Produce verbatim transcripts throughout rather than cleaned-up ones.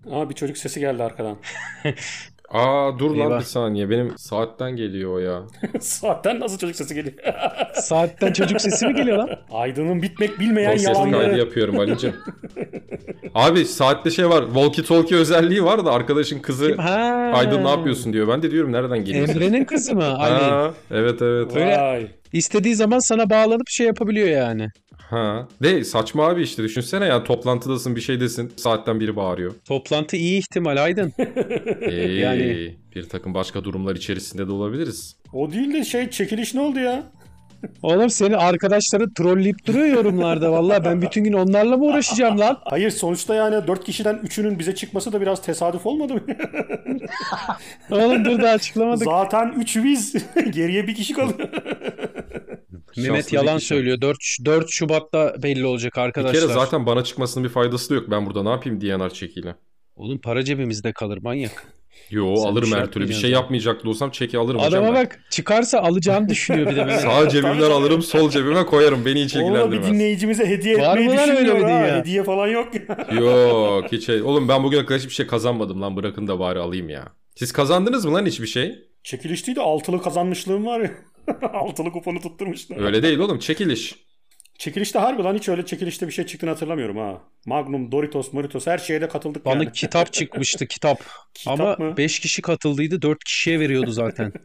Aa, bir çocuk sesi geldi arkadan. Aa dur lan Eyvah. bir saniye. Benim saatten geliyor o ya. Saatten nasıl çocuk sesi geliyor? Saatten çocuk sesi mi geliyor lan? Aydın'ın bitmek bilmeyen O ses kaydı yalanları. yapıyorum Ali'cim. Abi saatte şey var. Walkie talkie özelliği var da arkadaşın kızı Ha. Aydın ne yapıyorsun diyor. Ben de diyorum nereden geliyor ses? Emre'nin kızı mı? Ali. Ha, evet evet. Öyle- Vay. İstediği zaman sana bağlanıp şey yapabiliyor yani. Ha. De saçma abi işte düşünsene ya toplantıdasın bir şeydesin saatten biri bağırıyor. Toplantı iyi ihtimal Aydın. Ee, Yani- bir takım başka durumlar içerisinde de olabiliriz. O değil de şey, çekiliş ne oldu ya? Oğlum seni arkadaşların trolleyip duruyor yorumlarda. Vallahi ben bütün gün onlarla mı uğraşacağım lan? Hayır, sonuçta yani dört kişiden üçünün bize çıkması da biraz tesadüf olmadı mı? Oğlum dur da açıklamadık. Zaten üç biz. Geriye bir kişi kalıyor. Mehmet Şanslı bir yalan kişi. söylüyor. dört, dört Şubat'ta belli olacak Bir arkadaşlar. kere zaten bana çıkmasının bir faydası da yok. Ben burada ne yapayım D N R çekiyle. Oğlum para cebimizde kalır manyak. Yo Sen bir alırım şey her türlü. Bir yapmayacaksın şey zaten. yapmayacaklı olsam çeki alırım hocam Adama ben. bak çıkarsa alacağını düşünüyor bir de Mehmet. Sağ cebimden alırım sol cebime koyarım. Beni hiç Onu da bir ilgilendirmez. dinleyicimize hediye Var etmeyi mı lan öyle düşünmüyor bir ha. dünya? Hediye falan yok. Yok hiç şey. Oğlum ben bugüne kadar hiçbir şey kazanmadım lan. Bırakın da bari alayım ya. Siz kazandınız mı lan hiçbir şey? Çekiliş değil de altılı kazanmışlığım var ya. Altılı kuponu tutturmuşlar. Öyle değil oğlum çekiliş. Çekilişte harbi lan hiç öyle çekilişte bir şey çıktığını hatırlamıyorum ha. Magnum, Doritos, Moritos her şeye de katıldık Bana yani. kitap çıkmıştı kitap. Kitap Ama mı? beş kişi katıldıydı dört kişiye veriyordu zaten.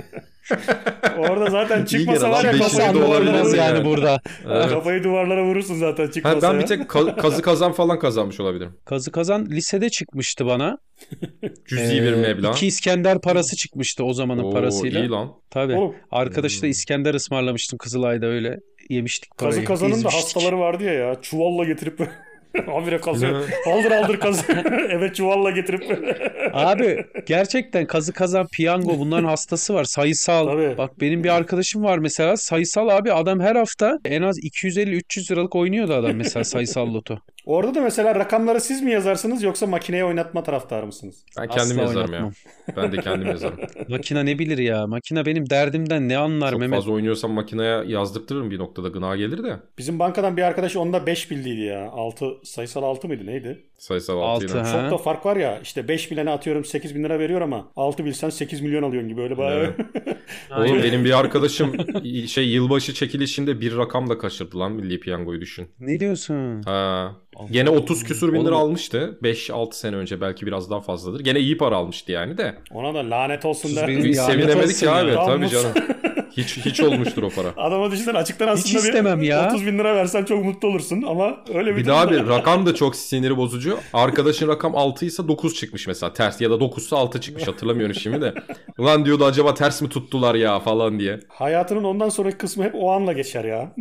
Orada zaten çıkmasa gene var lan, ya beşi Kimse kafayı de duvarlara anlamaz olabilir yani yani. burada. Evet. Kafayı duvarlara vurursun zaten çıkmasa Ha, ben ya. bir tek ka- kazı kazan falan kazanmış olabilirim. Kazı kazan lisede çıkmıştı bana. Cüzi bir Ee, meblağ. İki İskender parası çıkmıştı o zamanın Oo, parasıyla. iyi lan. Tabii. Oğlum. Arkadaşla İskender ısmarlamıştım Kızılay'da öyle. Yemiştik parayı. Kazı kazanın da gezmiştik. hastaları vardı ya ya. Çuvalla getirip habire kazıyor. Aldır aldır kazı. Evet, çuvalla getirip. Abi gerçekten kazı kazan piyango bunların hastası var. Sayısal. Tabii. Bak benim bir arkadaşım var mesela. Sayısal abi adam her hafta en az iki yüz elli üç yüz liralık oynuyordu adam mesela sayısal loto. Orada da mesela rakamları siz mi yazarsınız yoksa makineye oynatma taraftarı mısınız? Ben kendim Asla yazarım oynatmam. ya. Ben de kendim yazarım. Makine ne bilir ya? Makine benim derdimden ne anlar Çok Mehmet? fazla oynuyorsam makineye yazdırtırım bir noktada gına gelir de. Bizim bankadan bir arkadaş onda beş bildiydi ya. altı sayısal altı mıydı neydi? Sayısal Altı, altıyla. ha. Çok da fark var ya, işte beş bilene atıyorum sekiz bin lira veriyor ama altı bilsen sekiz milyon alıyorsun gibi, öyle bayağı. Oğlum benim bir arkadaşım şey yılbaşı çekilişinde bir rakamla kaçırdı lan Milli Piyango'yu düşün. Ne diyorsun? Ha. Gene otuz küsur bin lira Oğlum- almıştı. beş altı sene önce belki biraz daha fazladır. Gene iyi para almıştı yani de. Ona da lanet olsun otuz der. bin Biz lanet sevinemedik olsun ya ya. abi Tam tabii mut- canım. Hiç hiç olmuştur o para. Adama düşünsene, açıktan aslında istemem bir ya. otuz bin lira versen çok mutlu olursun ama öyle bir Bir daha bir rakam da çok siniri bozucu. Arkadaşın rakam altı ise dokuz çıkmış mesela ters ya da dokuzsa altı çıkmış hatırlamıyorum şimdi de. Ulan diyordu acaba ters mi tuttular ya falan diye. Hayatının ondan sonraki kısmı hep o anla geçer ya.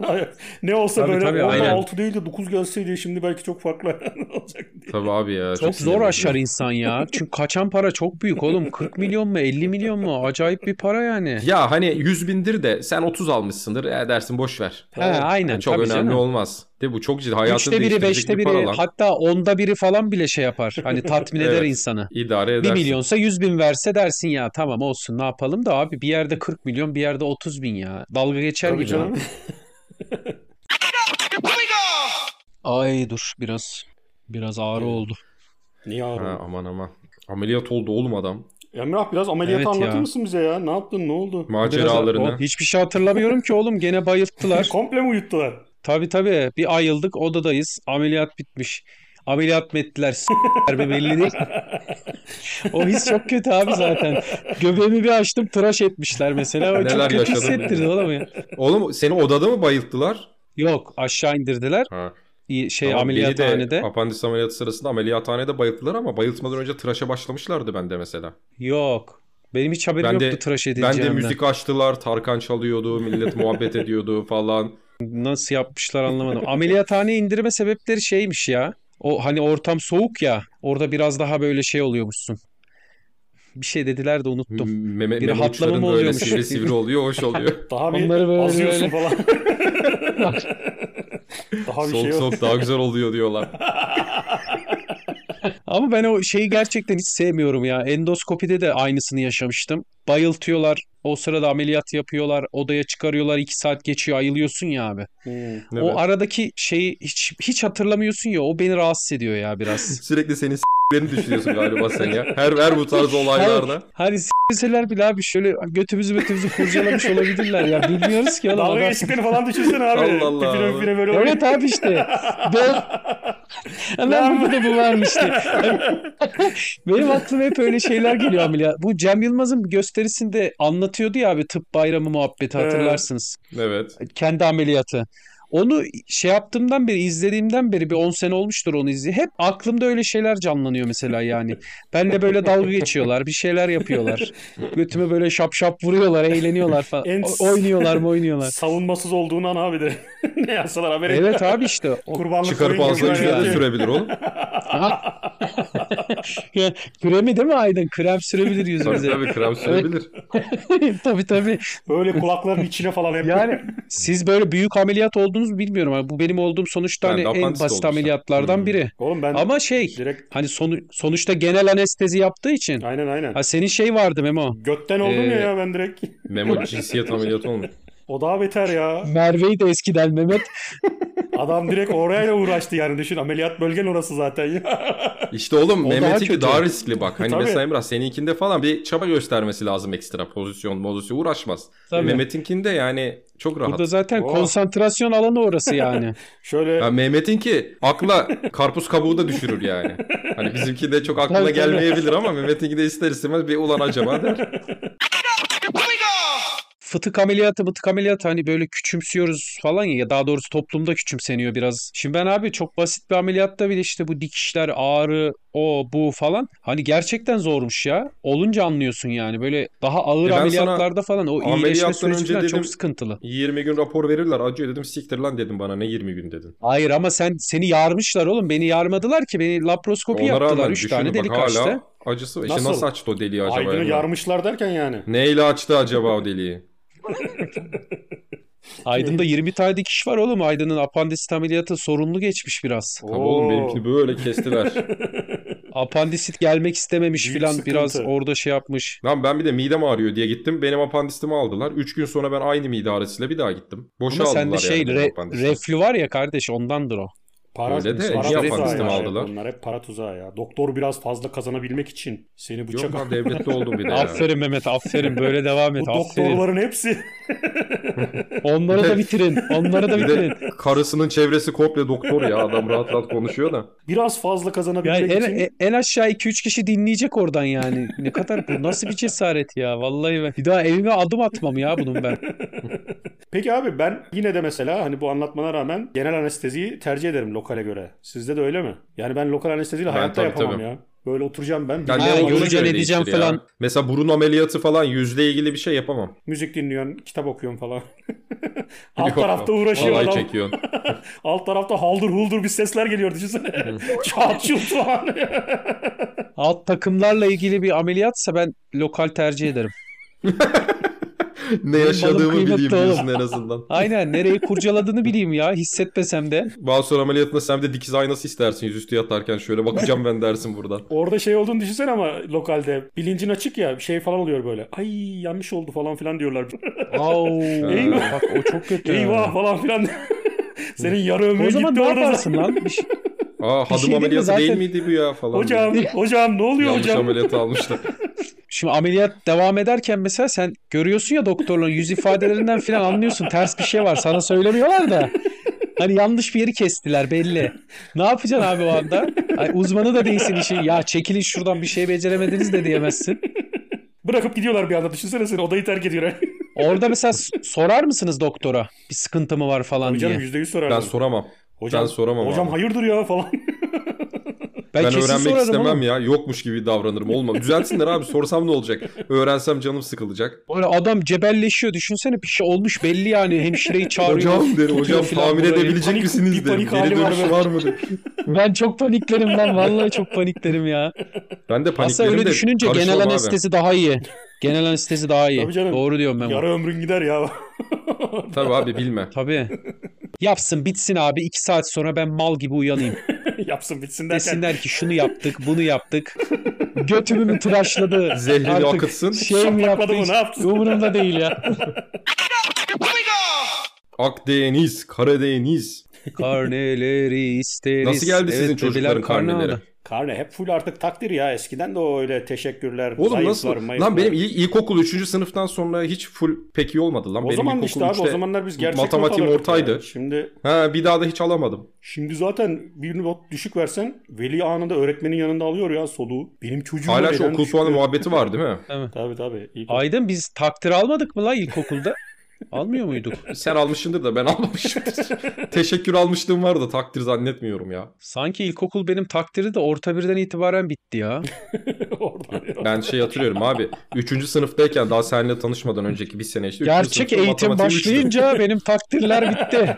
Ne olsa Tabii, böyle tabii, orada aynen. altı değil de dokuz gelseydi şimdi belki çok farklı olacak diye. Tabii abi ya. Çok sinir zor bozucu. aşar insan ya. Çünkü kaçan para çok büyük oğlum. kırk milyon mu elli milyon mu? Acayip bir para yani. Ya hani yüz bindir de sen otuz almışsındır e dersin boş ver. He, aynen. Yani çok tabii önemli canım. olmaz. De bu çok ciddi hayatını Üçte biri, değiştirecek beşte bir para biri, lan. hatta onda biri falan bile şey yapar. Hani tatmin eder Evet, insanı. İdare Bir edersin. milyonsa yüz bin verse dersin ya tamam olsun ne yapalım da abi bir yerde kırk milyon bir yerde otuz bin ya. Dalga geçer Tabii gibi. canım. Ay dur biraz biraz ağrı oldu. Niye ağrıyor? Ha, aman aman. Ameliyat oldu oğlum adam. Emrah, biraz ameliyatı Evet anlatır ya. mısın bize ya? Ne yaptın? Ne oldu? Maceralarını. Biraz- o- hiçbir şey hatırlamıyorum ki oğlum gene bayılttılar. Komple mi uyuttular? Tabii tabii bir ayıldık odadayız ameliyat bitmiş. Ameliyat mı ettiler s**ler mi belli değil. O his çok kötü abi zaten. Göbeğimi bir açtım tıraş etmişler mesela. O Neler çok kötü yaşadın hissettirdi oğlum ya. Oğlum seni odada mı bayılttılar? Yok aşağı indirdiler. Ha. İyi, Şey Tamam, beni de ameliyathanede. apandis ameliyatı sırasında ameliyathanede bayılttılar ama bayıltmadan önce tıraşa başlamışlardı bende mesela. Yok. Benim hiç haberim Ben de, yoktu tıraş ben de edileceğimden. müzik açtılar, Tarkan çalıyordu, millet muhabbet ediyordu falan. Nasıl yapmışlar anlamadım. Ameliyathaneye indirme sebepleri şeymiş ya. O hani ortam soğuk ya. Orada biraz daha böyle şey oluyormuşsun. Bir şey dediler de unuttum. Meme, Bir meme rahatlama uçların mı böyle oluyormuş? sivri sivri oluyor, hoş oluyor. Daha bir Onları böyle azıyorsun böyle. falan. Daha bir soğuk şey yok. soğuk daha güzel oluyor diyorlar. Ama ben o şeyi gerçekten hiç sevmiyorum ya. Endoskopide de aynısını yaşamıştım. Bayıltıyorlar. O sırada ameliyat yapıyorlar. Odaya çıkarıyorlar. iki saat geçiyor. Ayılıyorsun ya abi. Hmm. O Evet. aradaki şeyi hiç, hiç hatırlamıyorsun ya. O beni rahatsız ediyor ya biraz. Sürekli senin s**lerini düşünüyorsun galiba sen ya. Her her bu tarz olaylarda. Hani s**seler bile abi şöyle götümüzü götümüzü kurcalamış olabilirler ya. Bilmiyoruz ki oğlum. Dalga Adam- geçtiklerini falan düşünsene abi. Allah Allah. Tipine mipine böyle Evet abi işte. Ben... Hemen burada da bu varmış diye. Benim aklıma hep öyle şeyler geliyor ameliyat. Bu Cem Yılmaz'ın bir gösterisinde anlatıyordu ya abi tıp bayramı muhabbeti hatırlarsınız. Evet. Kendi ameliyatı. Onu şey yaptığımdan beri, izlediğimden beri bir on sene olmuştur onu izleye. Hep aklımda öyle şeyler canlanıyor mesela yani. Benle böyle dalga geçiyorlar, bir şeyler yapıyorlar. Götüme böyle şap şap vuruyorlar, eğleniyorlar falan. En- O- oynuyorlar mı oynuyorlar. savunmasız olduğunu an abi de. Ne yapsalar haberi. Evet abi işte. O- Kurbanlık Çıkarıp koyun ağzına gibi yüzüne de yani. sürebilir oğlum. Ya, kremi değil mi Aydın? Krem sürebilir Tabii yüzümüze. tabii krem sürebilir. Tabii tabii. Böyle kulakların içine falan hep. Yani siz böyle büyük ameliyat oldunuz mu bilmiyorum. Yani bu benim olduğum sonuçta Ben hani de en apandisit basit olmuştum. ameliyatlardan Hmm. biri. Oğlum ben Ama şey direkt hani sonu, sonuçta genel anestezi yaptığı için. aynen aynen. Ha senin şey vardı Memo. Götten oldum ya Ee, ya ben direkt. Memo cinsiyet ameliyatı olmuş. O daha beter ya. Merve'yi de eskiden Mehmet. Adam direkt orayla uğraştı yani düşün. Ameliyat bölgen orası zaten ya. İşte oğlum O daha Mehmet'inki kötü. daha riskli bak. Hani Tabii. mesela Emrah seninkinde falan bir çaba göstermesi lazım ekstra pozisyon, pozisyon uğraşmaz. Tabii. Mehmet'inkinde yani çok rahat. Burada zaten Oh. konsantrasyon alanı orası yani. Şöyle Ya Mehmet'inki akla karpuz kabuğu da düşürür yani. Hani bizimki de çok aklına Tabii, tabii. gelmeyebilir ama Mehmet'inki de ister istemez bir ulan acaba der. Fıtık ameliyatı, mıtık ameliyatı hani böyle küçümsüyoruz falan ya. Daha doğrusu toplumda küçümseniyor biraz. Şimdi ben abi çok basit bir ameliyatta bile işte bu dikişler, ağrı, o bu falan. Hani gerçekten zormuş ya. Olunca anlıyorsun yani. Böyle daha ağır E ben ameliyatlarda falan o iyileşme ameliyattan süreci önce falan çok dedim- sıkıntılı. yirmi gün rapor verirler acıyor dedim siktir lan dedim bana ne yirmi gün dedin. Hayır ama sen seni yarmışlar oğlum. Beni yarmadılar ki. Beni laparoskopi Ona yaptılar. rağmen Üç düşünün tane bak delik hala açtı. acısı. İşte Nasıl? nasıl açtı o deliği acaba? Aydın'ı Emrah? yarmışlar derken yani. Neyle açtı acaba o deliği? Aydın'da yirmi tane dikiş var oğlum. Aydın'ın apandisit ameliyatı sorunlu geçmiş biraz. Tabii oğlum Oo. benimkini böyle kestiler. Apandisit gelmek istememiş Büyük filan sıkıntı. biraz orada şey yapmış. Lan ben bir de midem ağrıyor diye gittim. Benim apandisitimi aldılar. üç gün sonra ben aynı mide ağrısıyla bir daha gittim. Boşa Ama aldılar sende şey yani benim re- apandisimi. reflü var ya kardeş ondandır o. Para, Öyle de, para niye tuzağı apandisitimi ya. aldılar? Onlar hep para tuzağı ya. Doktor biraz fazla kazanabilmek için seni bıçak... Yok lan devletli oldum bir de ya. Aferin Mehmet aferin böyle devam et Bu aferin. doktorların hepsi Onları da bitirin onları da Bir bitirin. de karısının çevresi komple doktor ya. Adam rahat rahat konuşuyor da. biraz fazla kazanabilmek Yani en, için... en- en aşağı iki üç kişi dinleyecek oradan yani. Ne kadar bu nasıl bir cesaret ya vallahi ben. Bir daha evime adım atmam ya bunun ben. Peki abi ben yine de mesela hani bu anlatmana rağmen genel anesteziyi tercih ederim lokale göre. Sizde de öyle mi? Yani ben lokal anesteziyle Ben hayatta tabii, yapamam tabii. ya. Böyle oturacağım ben. Ben Ha, ne dinleyeceğim, olduğuna göreceğim, göre edeceğim değişir ya. falan. Mesela burun ameliyatı falan yüzle ilgili bir şey yapamam. müzik dinliyorsun, kitap okuyorsun falan. Alt Yok, tarafta uğraşıyor Alay adam. çekiyorsun. Alt tarafta haldır huldur bir sesler geliyor düşünsene. Çat çut falan. Alt takımlarla ilgili bir ameliyatsa ben lokal tercih ederim. Ne Benim yaşadığımı balım bileyim kıymetli diyorsun en azından. Aynen nereyi kurcaladığını bileyim ya hissetmesem de. Basur ameliyatında sen de dikiz aynası istersin yüzüstü yatarken şöyle bakacağım ben dersin buradan. Orada şey olduğunu düşünsene ama lokalde. Bilincin açık ya bir şey falan oluyor böyle. Ay yanlış oldu falan filan diyorlar. Au, Eyvah. bak o çok kötü. Eyvah falan filan. Senin yarı ömrün O zaman gitti ne orada. yaparsın lan? Bir şey- Aa Bir hadım şey değil mi ameliyatı zaten? değil miydi bu ya falan. Hocam, diye. hocam ne oluyor Yanlış hocam? ameliyatı almışlar. Şimdi ameliyat devam ederken mesela sen görüyorsun ya doktorların yüz ifadelerinden falan anlıyorsun. Ters bir şey var. Sana söylemiyorlar da. Hani yanlış bir yeri kestiler belli. Ne yapacaksın abi o anda? Ay, uzmanı da değilsin işin. Ya çekilin şuradan bir şey beceremediniz de diyemezsin. Bırakıp gidiyorlar bir anda. Düşünsene seni odayı terk ediyor. Orada mesela s- sorar mısınız doktora? Bir sıkıntı mı var falan Hocam diye. yüzde yüz sorardım. Ben soramam. Hocam, ben soramam Hocam abi. hayırdır ya falan. Ben, Ben kesin öğrenmek sorarım istemem oğlum. ya. Yokmuş gibi davranırım. Olmaz. Düzelsinler abi. Sorsam ne olacak? Öğrensem canım sıkılacak. Böyle adam cebelleşiyor. Düşünsene bir şey olmuş belli yani. Hemşireyi çağırıyor. Hocam derim. tutuyor Hocam filan tahmin burayı. edebilecek Panik- misiniz bir derim. panik Geri hali var dönüşü böyle. var mı derim. Ben çok paniklerim lan. Vallahi çok paniklerim ya. Ben de Aslında paniklerim öyle de düşününce genel karışmam abi. anestezi daha iyi. Genel anestezi daha iyi. Tabii canım. Doğru diyorum ben. Yarı ömrün gider ya. Tabii abi bilme. Tabii. Yapsın bitsin abi. iki saat sonra ben mal gibi uyanayım. Yapsın bitsin derken. Desinler ki şunu yaptık, bunu yaptık. Götümü mü tıraşladı? Zehrini Artık akıtsın. Şey mi yaptı? Şapakladı mı, hiç ne yaptı? Umurumda değil ya. Akdeniz, Karadeniz. Karneleri isteriz. Nasıl geldi sizin Evet, çocukların bebeler karne karneleri? aldı. Karne hep full artık takdir ya. Eskiden de o öyle teşekkürler, Oğlum zayıflar, nasıl? mayıflar. Lan benim il- ilkokul üçüncü sınıftan sonra hiç full pek iyi olmadı lan. O Benim zaman ilkokul işte abi o üçte zamanlar biz gerçek not matematiğim alırdık ortaydı. ya. Şimdi Ha, bir daha da hiç alamadım. şimdi zaten bir not düşük versen veli anında öğretmenin yanında alıyor ya soluğu. Benim çocuğum Hala da şu neden okul düşük puanı ver- muhabbeti var değil mi? Tabii tabii. İlk Aydın biz takdir almadık mı la ilkokulda? Almıyor muyduk? Sen almışsındır da ben almamışımdır. Teşekkür almışlığım var da takdir zannetmiyorum ya. Sanki ilkokul benim takdiri de orta birden itibaren bitti ya. oradan. Ben şey hatırlıyorum abi. Üçüncü sınıftayken daha seninle tanışmadan önceki bir sene işte. üçüncü Gerçek sınıfta eğitim matematiğim üçtü. başlayınca benim takdirler bitti.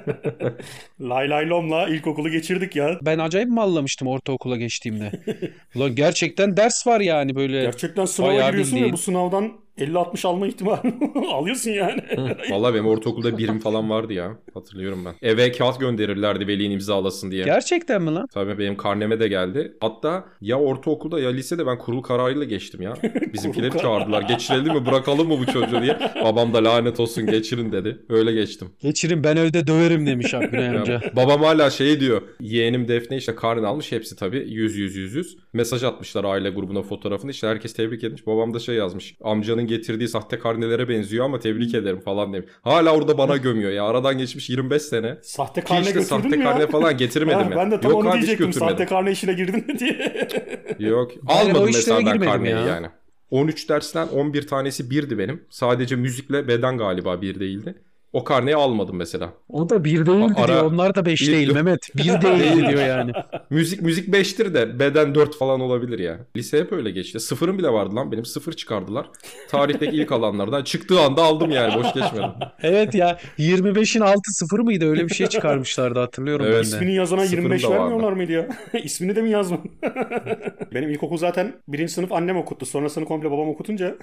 Lay lay lomla ilkokulu geçirdik ya. Ben acayip mallamıştım ortaokula geçtiğimde. Ulan gerçekten ders var yani böyle. Gerçekten sınava Bayağı giriyorsun bildiğin. ve bu sınavdan elli altmış alma ihtimali alıyorsun yani. Vallahi benim ortaokulda birim falan vardı ya. Hatırlıyorum ben. Eve kağıt gönderirlerdi velinin imzalasın diye. Gerçekten mi lan? Tabii benim karneme de geldi. Hatta ya ortaokulda ya lisede ben kurul kararıyla geçtim ya. Bizimkileri Kurul çağırdılar. Geçirelim mi, bırakalım mı bu çocuğu diye. Babam da lanet olsun geçirin dedi. Öyle geçtim. Geçirin ben evde döverim demiş Güney amca. Ya, babam hala şey diyor. Yeğenim Defne işte karne almış. Hepsi tabii yüz yüz yüz yüz. Mesaj atmışlar aile grubuna fotoğrafını. İşte herkes tebrik etmiş. Babam da şey yazmış. Amcanın getirdiği sahte karnelere benziyor ama tebrik ederim falan demiş. Hala orada bana gömüyor ya. Aradan geçmiş yirmi beş sene. Sahte Ki karne işte götürdün sahte mü ya? karne falan getirmedim Ha, ya. ben de tam Yok onu kardeş diyecektim. götürmedim. Sahte karne işine girdin mi diye. Yok. Ben o Almadım işlere mesela ben girmedim karneyi ya. yani. on üç dersten on bir tanesi birdi benim. Sadece müzikle beden galiba bir değildi. O karneyi almadım mesela. O da bir değildi Ara- diyor. Onlar da beş İlk- değil Mehmet. Bir değildi diyor yani. Müzik müzik beştir de beden dört falan olabilir ya. Lise hep öyle geçti. Sıfırım bile vardı lan benim. Sıfır çıkardılar. Tarihteki ilk alanlardan. Çıktığı anda aldım yani. Boş geçmedim. Evet ya yirmi beşin altı sıfır mıydı? Öyle bir şey çıkarmışlardı hatırlıyorum Evet. ben de. İsmini yazana Sıfırım yirmi beş da vardı. vermiyorlar mıydı ya? İsmini de mi yazmadın? Benim ilkokul zaten birinci sınıf annem okuttu. Sonrasını komple babam okutunca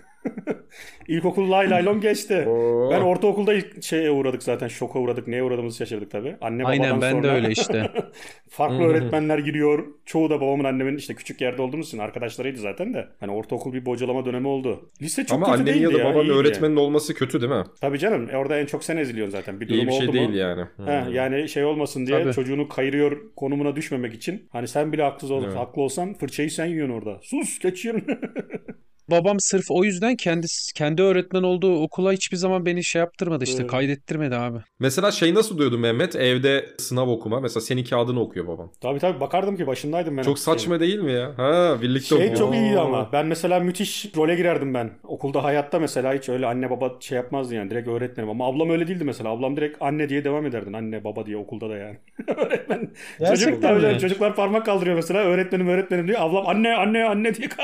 ilkokul lay lay lom geçti. Oo. Ben ortaokulda ilk şeye uğradık zaten. Şoka uğradık. Neye uğradığımızı şaşırdık tabii. Anne babadan Aynen ben sonra de öyle işte. farklı öğretmenler giriyor. Çoğu da babamın annemin işte küçük yerde olduğumuz için arkadaşlarıydı zaten de. Hani ortaokul bir bocalama dönemi oldu. Lise çok Ama kötü annenin ya değildi da ya. babanın iyiydi öğretmenin olması kötü değil mi? yani. Tabii canım. E orada en çok sen eziliyorsun zaten. Bir durum İyi bir şey oldu değil mu? yani. He, Hmm. yani şey olmasın diye Tabii. çocuğunu kayırıyor konumuna düşmemek için. Hani sen bile haksız ol, Evet. haklı olsan fırçayı sen yiyorsun orada. Sus geç yerine. Babam sırf o yüzden kendisi kendi öğretmen olduğu okula hiçbir zaman beni şey yaptırmadı işte Evet. kaydettirmedi abi. Mesela şey nasıl diyordun Mehmet? Evde sınav okuma. Mesela senin kağıdını okuyor baban. Tabii tabii bakardım ki başındaydım ben. Çok saçma değil mi ya? Ha, birlikte Şey okuyor. çok iyiydi Oo. ama. Ben mesela müthiş role girerdim ben. Okulda hayatta mesela hiç öyle anne baba şey yapmazdı yani. Direkt öğretmenim. Ama ablam öyle değildi mesela. Ablam direkt anne diye devam ederdin. Anne baba diye okulda da yani. Öğretmen. Gerçekten Çocuk, tabii mi? canım, çocuklar parmak kaldırıyor mesela. Öğretmenim öğretmenim diye. Ablam anne anne anne diye.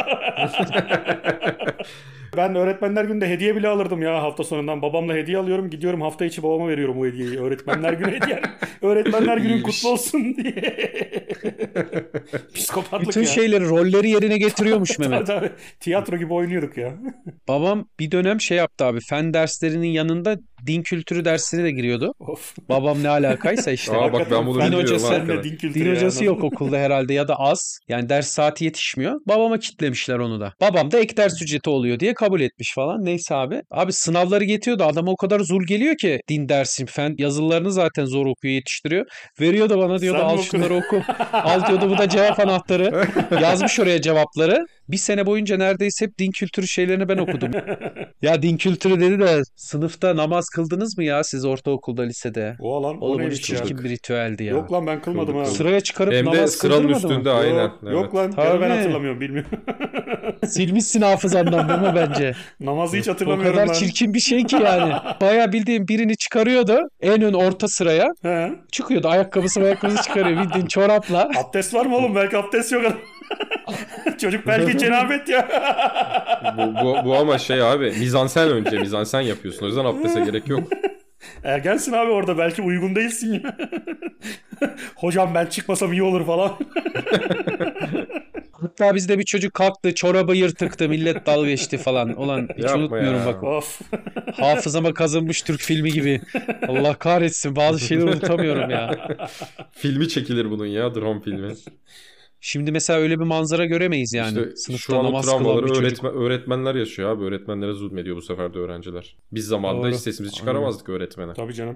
Ben öğretmenler günde hediye bile alırdım ya hafta sonundan. Babamla hediye alıyorum. Gidiyorum hafta içi babama veriyorum bu hediyeyi. Öğretmenler günü hediye. Öğretmenler günün İyiymiş. kutlu olsun diye. Psikopatlık Bütün ya. şeyleri rolleri yerine getiriyormuş Mehmet. Tabii, tabii. Tiyatro gibi oynuyorduk ya. Babam bir dönem şey yaptı abi fen derslerinin yanında din kültürü dersine de giriyordu. Of. Babam ne alakaysa işte. Aa, bak ben bunu Din bilmiyorum hocası- hakikaten. Din kültürü Din ya. hocası yok okulda herhalde ya da az. Yani ders saati yetişmiyor. Babama kitlemişler onu da. Babam da ek ders ücreti oluyor diye kabul etmiş falan. Neyse abi. Abi sınavları getiriyordu. Adama o kadar zul geliyor ki din dersi, fen yazılılarını zaten zor okuyor, yetiştiriyor. Veriyor da bana diyordu Sen mi al okudun? şunları oku. Al diyordu bu da cevap anahtarı. Yazmış oraya cevapları. Bir sene boyunca neredeyse hep din kültürü şeylerini ben okudum. Ya din kültürü dedi de sınıfta namaz kıldınız mı ya siz ortaokulda, lisede? O lan o Oğlum bu neymiş ya? çirkin bir ritüeldi ya. Yok lan ben kılmadım Kıldık, ha. kıldık. Sıraya çıkarıp Hem de namaz sıranın kıldırmadı mı? üstünde aynen. Yok, Evet. yok lan ya Tabii. ben hatırlamıyorum bilmiyorum. Silmişsin hafızandan değil mi bence? Namazı hiç O hatırlamıyorum kadar lan. çirkin bir şey ki yani. Bayağı bildiğin birini çıkarıyordu en ön orta sıraya. He. Çıkıyordu ayakkabısı ayakkabısı çıkarıyor bildiğin çorapla. Abdest var mı oğlum? Belki abdest yok adam. Çocuk belki cenabet ya. Bu, bu, bu ama şey abi mizansen önce mizansen yapıyorsun. O yüzden abdeste gerek yok. Ergensin abi orada belki uygun değilsin ya. Hocam ben çıkmasam iyi olur falan. Hatta bizde bir çocuk kalktı, çorabı yırtıktı, millet dalga geçti falan. Ulan hiç Yapma unutmuyorum ya. bak. Of. Hafızama kazınmış Türk filmi gibi. Allah kahretsin, bazı şeyleri unutamıyorum ya. Filmi çekilir bunun ya, drone filmi. Şimdi mesela öyle bir manzara göremeyiz yani. İşte Sınıfta şu an o namaz kılan travmaları bir çocuk. öğretmen, öğretmenler yaşıyor abi. Öğretmenlere zulmediyor bu sefer de öğrenciler. Biz zamanında Doğru. hiç sesimizi çıkaramazdık öğretmene. Tabii canım.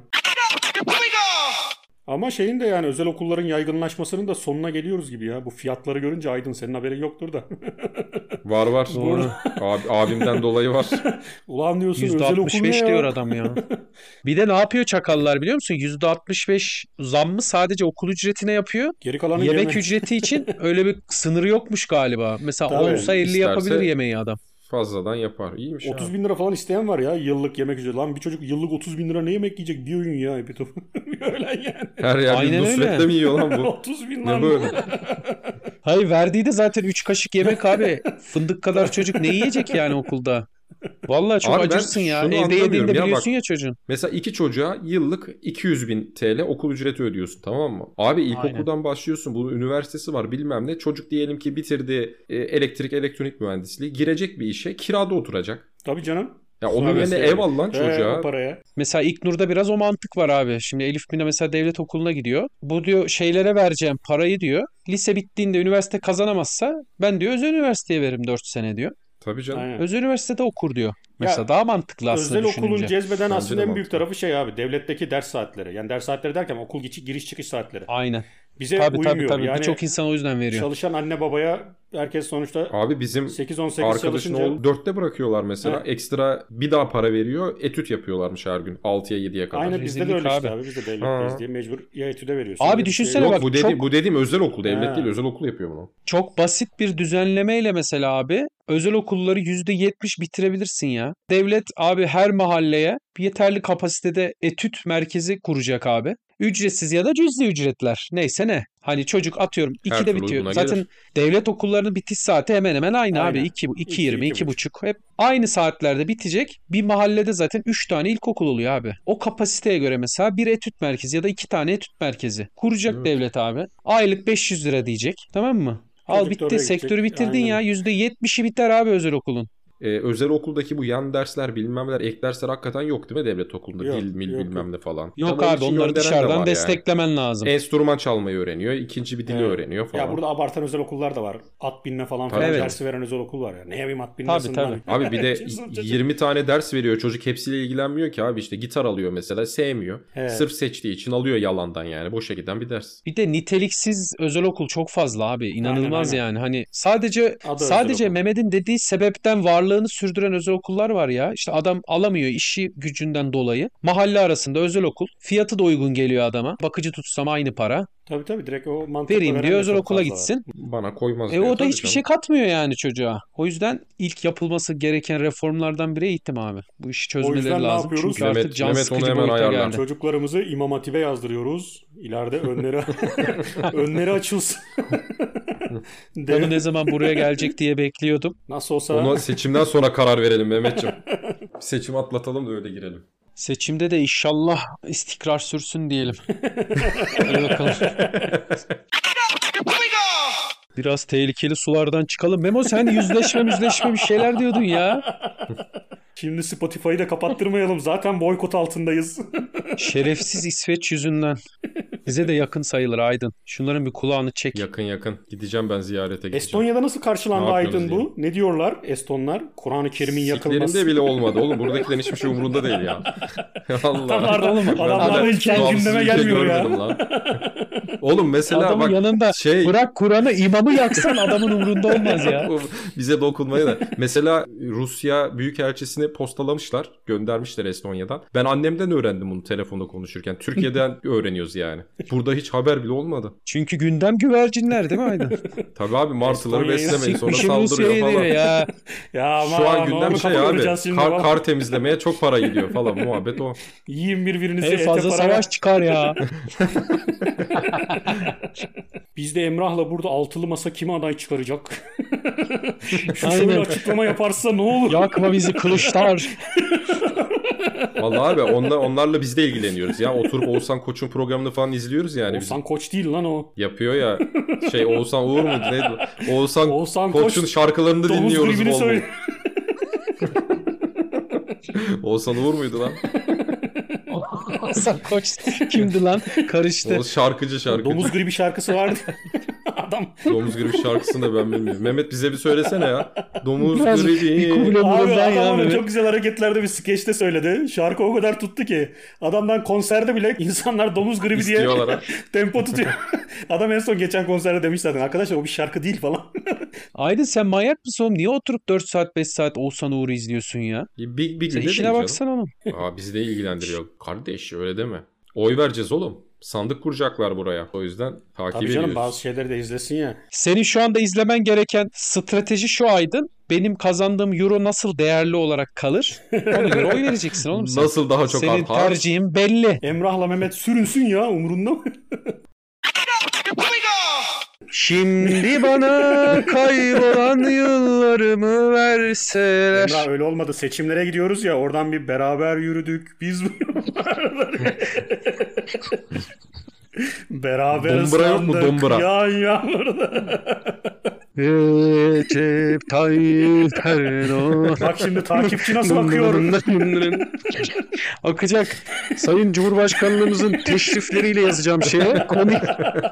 Ama şeyin de yani özel okulların yaygınlaşmasının da sonuna geliyoruz gibi ya. Bu fiyatları görünce Aydın senin haberin yoktur da. Var var. Doğru. Abi, abimden dolayı var. Ulan diyorsun yüzde özel altmış okul ne beş ya? diyor adam ya. Bir de ne yapıyor çakallar biliyor musun? yüzde altmış beş zammı sadece okul ücretine yapıyor. Geri kalanı Yemek yeme. ücreti için öyle bir sınırı yokmuş galiba. Mesela Tabii. olsa elli İsterse- yapabilir yemeği adam. Fazladan yapar. İyiymiş ya. otuz bin lira falan isteyen var ya yıllık yemek ücreti. Lan bir çocuk yıllık otuz bin lira ne yemek yiyecek? Bir öğün ya epitop. Öğlen yani. Her yerde Aynen Nusret'le öyle. mi yiyor lan bu? otuz bin Ne lan. böyle? Hayır, verdiği de zaten üç kaşık yemek abi. Fındık kadar çocuk ne yiyecek yani okulda? Vallahi çok Abi ben acırsın ya. şunu Evde anlamıyorum yediğinde ya, biliyorsun bak. ya çocuğun. Mesela iki çocuğa yıllık iki yüz bin T L okul ücreti ödüyorsun, tamam mı? Abi ilkokuldan başlıyorsun. Bunun üniversitesi var bilmem ne. Çocuk diyelim ki bitirdi e, elektrik elektronik mühendisliği. Girecek bir işe, kirada oturacak. Tabii canım. Ya onun Tabii. yerine ev al lan He, çocuğa. o paraya. Mesela İlknur'da biraz o mantık var abi. Şimdi Elif Mina mesela devlet okuluna gidiyor. Bu diyor şeylere vereceğim parayı diyor. Lise bittiğinde üniversite kazanamazsa ben diyor özel üniversiteye veririm dört sene diyor. Tabii canım. Aynen. Özel üniversitede okur diyor. Mesela Ya, daha mantıklı aslında Özel okulun düşününce. cezbeden Bence aslında de en büyük mantıklı. tarafı şey abi. Devletteki ders saatleri. Yani ders saatleri derken okul geçi- giriş çıkış saatleri. Aynen. Bize Tabii tabii uymuyor. tabii. Yani Birçok insan o yüzden veriyor. çalışan anne babaya herkes sonuçta Abi bizim sekiz on sekiz arkadaşın çalışınca oğlu dörtte bırakıyorlar mesela. He. Ekstra bir daha para veriyor. Etüt yapıyorlarmış her gün. altıya yediye kadar. aynen bizde de Rezillik öyle işte abi. abi. Biz de devletteyiz Ha. diye mecbur ya etüde veriyorsun. Abi ya bir düşünsene şey- Yok bak, bu, dedi, çok- bu dediğim özel okul. Devlet Ha. değil, özel okul yapıyor bunu. Çok basit bir düzenlemeyle mesela abi özel okulları yüzde yetmiş bitirebilirsin ya. Devlet abi her mahalleye yeterli kapasitede etüt merkezi kuracak abi. Ücretsiz ya da cüzi ücretler. Neyse ne. Hani çocuk atıyorum Her ikide türlü bitiyor. uyguna Zaten gelir. devlet okullarının bitiş saati hemen hemen aynı Aynen. abi. iki, iki İki, yirmi, iki iki buçuk. Hep aynı saatlerde bitecek. Bir mahallede zaten üç tane ilkokul oluyor abi. O kapasiteye göre mesela bir etüt merkezi ya da iki tane etüt merkezi kuracak Evet. devlet abi. Aylık beş yüz lira diyecek. Tamam mı? Al Çocuk da bitti. oraya Sektörü gidecek. bitirdin Aynen. ya. yüzde yetmişi biter abi özel okulun. Ee, özel okuldaki bu yan dersler bilmem neler ek dersler hakikaten yok değil mi devlet okulunda? Yok, Dil mil yok, bilmem yok. ne falan. Yok Tabii onun abi için onları gönderen de dışarıdan var yani. desteklemen lazım. Enstrüman çalmayı öğreniyor. İkinci bir dili Evet. öğreniyor falan. Ya burada abartan özel okullar da var. At binme falan Tabii. falan Evet. dersi veren özel okul var ya. Ne yapayım at Tabii, binmesinden. tabii. Abi bir de yirmi tane ders veriyor. Çocuk hepsiyle ilgilenmiyor ki abi. İşte gitar alıyor mesela. Sevmiyor. Evet. Sırf seçtiği için alıyor yalandan yani. Boşa giden bir ders. Bir de niteliksiz özel okul çok fazla abi. İnanılmaz Aynen, aynen. yani. Hani sadece Adı sadece özel okul. Mehmet'in dediği sebepten varlığını sürdüren özel okullar var ya. İşte adam alamıyor işi gücünden dolayı. Mahalle arasında özel okul. Fiyatı da uygun geliyor adama. Bakıcı tutsam aynı para. Tabii tabii direkt o mantıkla Vereyim veren diyor de özel çok okula fazla var. gitsin. Bana koymaz E diyor. o da Tabii hiçbir canım. şey katmıyor yani çocuğa. O yüzden ilk yapılması gereken reformlardan biri eğitim abi. Bu işi çözmeleri yüzden ne lazım. yapıyoruz? Çünkü artık Mehmet- can Mehmet onu sıkıcı hemen boyuta ayarlar. geldi. Çocuklarımızı İmam Hatip'e yazdırıyoruz. İleride önleri önleri açılsın. Konu Dev- ne zaman buraya gelecek diye bekliyordum. Nasıl olsa Ona seçimden sonra karar verelim Mehmetciğim. Seçimi atlatalım da öyle girelim. Seçimde de inşallah istikrar sürsün diyelim. Hadi bakalım. Biraz tehlikeli sulardan çıkalım. Memo sen yüzleşme yüzleşme bir şeyler diyordun ya. şimdi Spotify'ı da kapattırmayalım. Zaten boykot altındayız. Şerefsiz İsveç yüzünden. Bize de yakın sayılır Aydın. Şunların bir kulağını çek. Yakın yakın. Gideceğim ben ziyarete gideceğim. Estonya'da nasıl karşılandı Ne yapıyorsunuz Aydın bu? Ne diyorlar Estonlar? Kur'an-ı Kerim'in yakılması. Siklerinde bile olmadı oğlum. Buradakilerin hiçbir şey umurunda değil ya. Allah. Adamlar- Ben adamlar böyle ilk el tuhaf gündeme bir şey gelmiyor ya. görmedim lan. Oğlum mesela Adamın bak yanında şey bırak Kur'an'ı imamı yaksan adamın umurunda olmaz ya. Bu bize dokunmaya da. Mesela Rusya Büyükelçisini postalamışlar. Göndermişler Estonya'dan. Ben annemden öğrendim bunu telefonda konuşurken. Türkiye'den öğreniyoruz yani. Burada hiç haber bile olmadı. Çünkü gündem güvercinler değil mi Aydın? Tabii abi martıları Estonya'yı beslemeyin sonra Sikmişim saldırıyor Rusya'yı diyor falan. ya. Ya ama Şu an gündem şey abi. Şimdi Kar, falan. kar temizlemeye çok para gidiyor falan. Muhabbet o. Yiyin birbirinizi En ete fazla para savaş çıkar ya. Biz de Emrah'la burada altılı masa kime aday çıkaracak? Şu Aynen. şöyle açıklama yaparsa ne olur? Yakma bizi kılıçlar. Vallahi abi onlar, onlarla biz de ilgileniyoruz ya. Oturup Oğuzhan Koç'un programını falan izliyoruz yani. Oğuzhan Bizim. Koç değil lan o. Yapıyor ya. Şey Oğuzhan Uğur muydu neydi? Oğuzhan, Oğuzhan Koç'un Koç şarkılarını da Domuz dinliyoruz. gribini bol bol. söyle. Oğuzhan Uğur muydu lan? Hasan Koç kimdi lan? Karıştı. O şarkıcı şarkıcı. Domuz gribi şarkısı vardı. Adam. Domuz gribi şarkısını da ben bilmiyorum. Mehmet bize bir söylesene ya. Domuz Biraz bir gribi. kuble Abi mırıldan ya adam onu Mehmet. çok güzel hareketlerde bir skeçte söyledi. Şarkı o kadar tuttu ki. Adamdan konserde bile insanlar domuz gribi diye İstiyorlar ha. tempo tutuyor. Adam en son geçen konserde demiş zaten. Arkadaşlar o bir şarkı değil falan. Aydın sen manyak mısın oğlum? Niye oturup dört saat beş saat Oğuzhan Uğur'u izliyorsun ya? Bir, bir günde Sen değil işine canım. baksana oğlum. Aa, bizi de ilgilendiriyor. Kardeş öyle deme. Oy vereceğiz oğlum. Sandık kuracaklar buraya. O yüzden takip Tabii ediyoruz. canım bazı şeyleri de izlesin ya. Senin şu anda izlemen gereken strateji şu Aydın. Benim kazandığım euro nasıl değerli olarak kalır? Ona göre oy vereceksin oğlum sen. Nasıl daha çok Senin artar? tercihin belli. Emrah'la Mehmet sürünsün ya umurunda mı? Şimdi bana kaybolan yıllarımı verseler. Emrah öyle olmadı. Seçimlere gidiyoruz ya oradan bir beraber yürüdük. Biz beraber Dombra yok mu? ıslandık. Dombra. Yan yağmurda. Recep Tayyip Erdoğan. Bak şimdi takipçi nasıl akıyor. Akacak. Sayın Cumhurbaşkanlığımızın teşrifleriyle yazacağım şeye. Komik.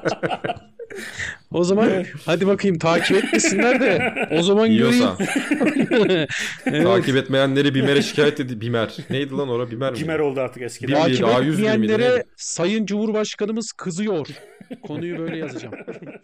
O zaman hadi bakayım takip etmesinler de o zaman Yiyorsa. göreyim. Evet. Takip etmeyenleri Bimer'e şikayet edip Bimer. Neydi lan ora Bimer mi? Cimer oldu artık eskiden. Bir- Takip A yüz bir miydi, etmeyenlere neydi? Sayın Cumhurbaşkanımız kızıyor. Konuyu böyle yazacağım.